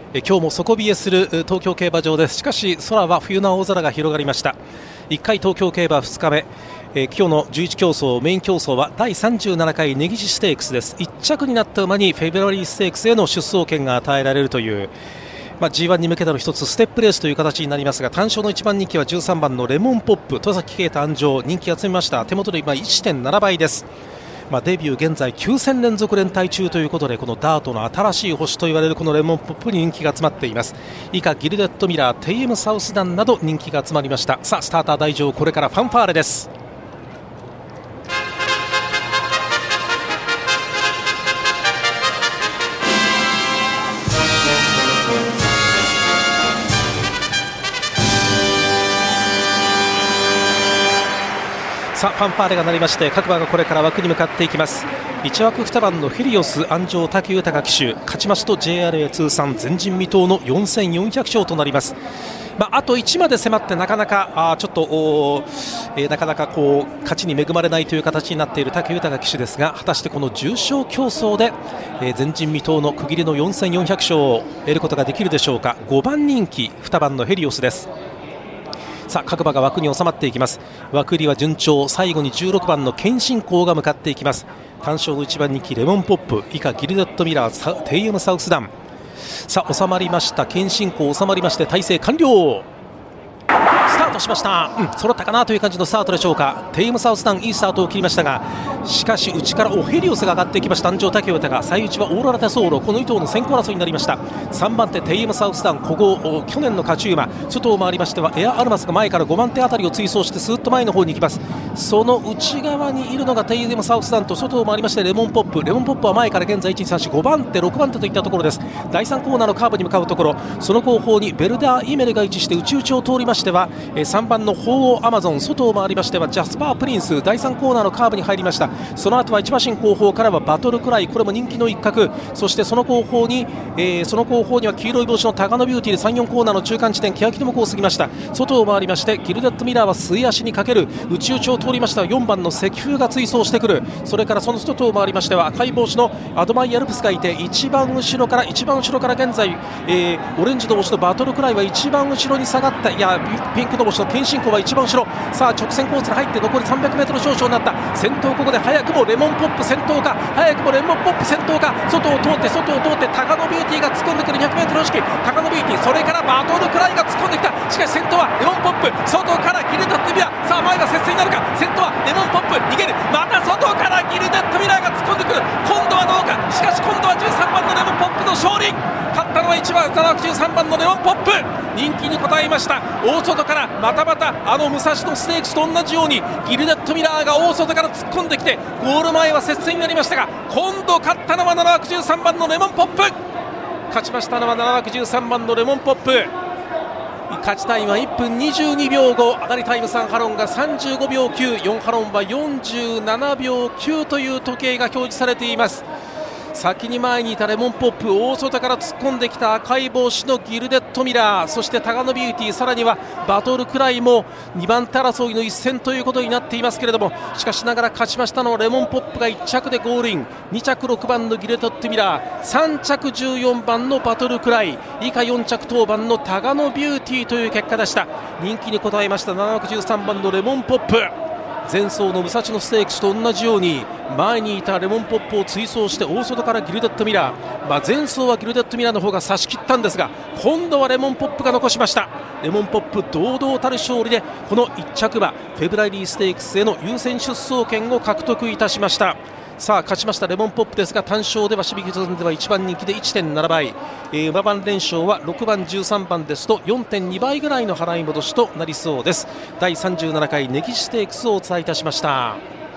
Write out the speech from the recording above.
今日も底冷えする東京競馬場です。しかし空は冬の青空が広がりました。1回東京競馬2日目、今日の11競争メイン競争は第37回根岸ステークスです。1着になった馬にフェブラリーステークスへの出走権が与えられるという、G1 に向けての一つステップレースという形になりますが、単勝の1番人気は13番のレモンポップ、戸崎啓太安城、人気が集めました。手元で今 1.7 倍です。デビュー現在9戦連続連敗中ということで、このダートの新しい星と言われるこのレモンポップに人気が集まっています。以下ギルデッドミラー、テイエムサウスダンなど人気が集まりました。さあスターター台上、これからファンファーレです。さあファンファーレが鳴りまして、各馬がこれから枠に向かっていきます。1枠2番のヘリオス安城武豊騎手、勝ちますと JRA 通算前人未到の4400勝となります。あと1まで迫ってなかなかちょっとなかなか勝ちに恵まれないという形になっている武豊騎手ですが、果たしてこの重賞競争で、前人未到の区切りの4400勝を得ることができるでしょうか。5番人気2番のヘリオスです。さあ各馬が枠に収まっていきます。枠入りは順調、最後に16番の謙信公が向かっていきます。単勝の1番人気レモンポップ、以下ギルデッドミラー、テイエムサウスダン。さあ収まりました。謙信公収まりまして体勢完了、スタートしました。揃ったかなという感じのスタートでしょうか。テイエムサウスダンいいスタートを切りましたが、しかし内からヘリオスが上がってきました。安城武豊が最内はオーロラテソーロ、この2頭の先行争いになりました。3番手テイエムサウスダン、古豪去年の勝ち馬、外を回りましてはエアアルマスが前から5番手あたりを追走してスーッと前の方に行きます。その内側にいるのがテイエムサウスダンと、外を回りましてレモンポップ。レモンポップは前から現在 1,2,3,4,5 番手6番手といったところです。第3コーナーのカーブに向かうところ、その後方にベルダーイメルが位置して内々を通りましては3番の鳳凰アマゾン、外を回りましてはジャスパープリンス、第3コーナーのカーブに入りました。その後は一馬身後方からはバトルクライ、これも人気の一角。そしてその後方には黄色い帽子のタガノビューティーで3、4コーナーの中間地点欅の向こうを過ぎました。外を回りましてギルデッドミラーは末足にかける、内々を通りました4番の石風が追走してくる。それからその外を回りましては赤い帽子のアドマイアルプスがいて、一番後ろから現在、オレンジの帽子のバトルクライは一番後ろに下がった。ピンクの帽子の謙信公は一番後ろ。さあ直線コースに入って残り 300m 少々になった。先頭ここで早くもレモンポップ先頭か、外を通ってタガノビューティーが突っ込んでくる。 200m の式タガノビューティー、それからバトルクライが突っ込んできた。しかし先頭はレモンポップ、外からギルデッドミラー。さあ前が接戦になるか。先頭はレモンポップ逃げる、また外からギルデッドミラーが突っ込んでくる。今度はどうか。しかし今度は13番のレモンポップの勝利。勝ったのは1番13番のレモンポップ、人気に応えました。大外からまた武蔵野ステークスと同じようにギルデッドミラーが大外から突っ込んできて、ゴール前は接戦になりましたが、今度勝ったのは7枠13番のレモンポップ。勝ちましたのは7枠13番のレモンポップ。勝ちタイムは1分22秒5、上がりタイム3ハロンが35秒9、4ハロンは47秒9という時計が表示されています。先に前にいたレモンポップ、大外から突っ込んできた赤い帽子のギルデッドミラー、そしてタガノビューティー、さらにはバトルクライも2番手争いの一戦ということになっていますけれども、しかしながら勝ちましたのはレモンポップが1着でゴールイン、2着6番のギルデッドミラー、3着14番のバトルクライ、以下4着当番のタガノビューティーという結果でした。人気に応えました7枠13番のレモンポップ。前走の武蔵野ステークスと同じように前にいたレモンポップを追走して大外からギルデッドミラー、前走はギルデッドミラーの方が差し切ったんですが、今度はレモンポップが残しました。レモンポップ堂々たる勝利でこの1着馬フェブラリーステークスへの優先出走権を獲得いたしました。さあ勝ちましたレモンポップですが、単勝ではシビキズンでは1番人気で 1.7 倍、馬番連勝は6番13番ですと 4.2 倍ぐらいの払い戻しとなりそうです。第37回根岸ステークスをお伝えいたしました。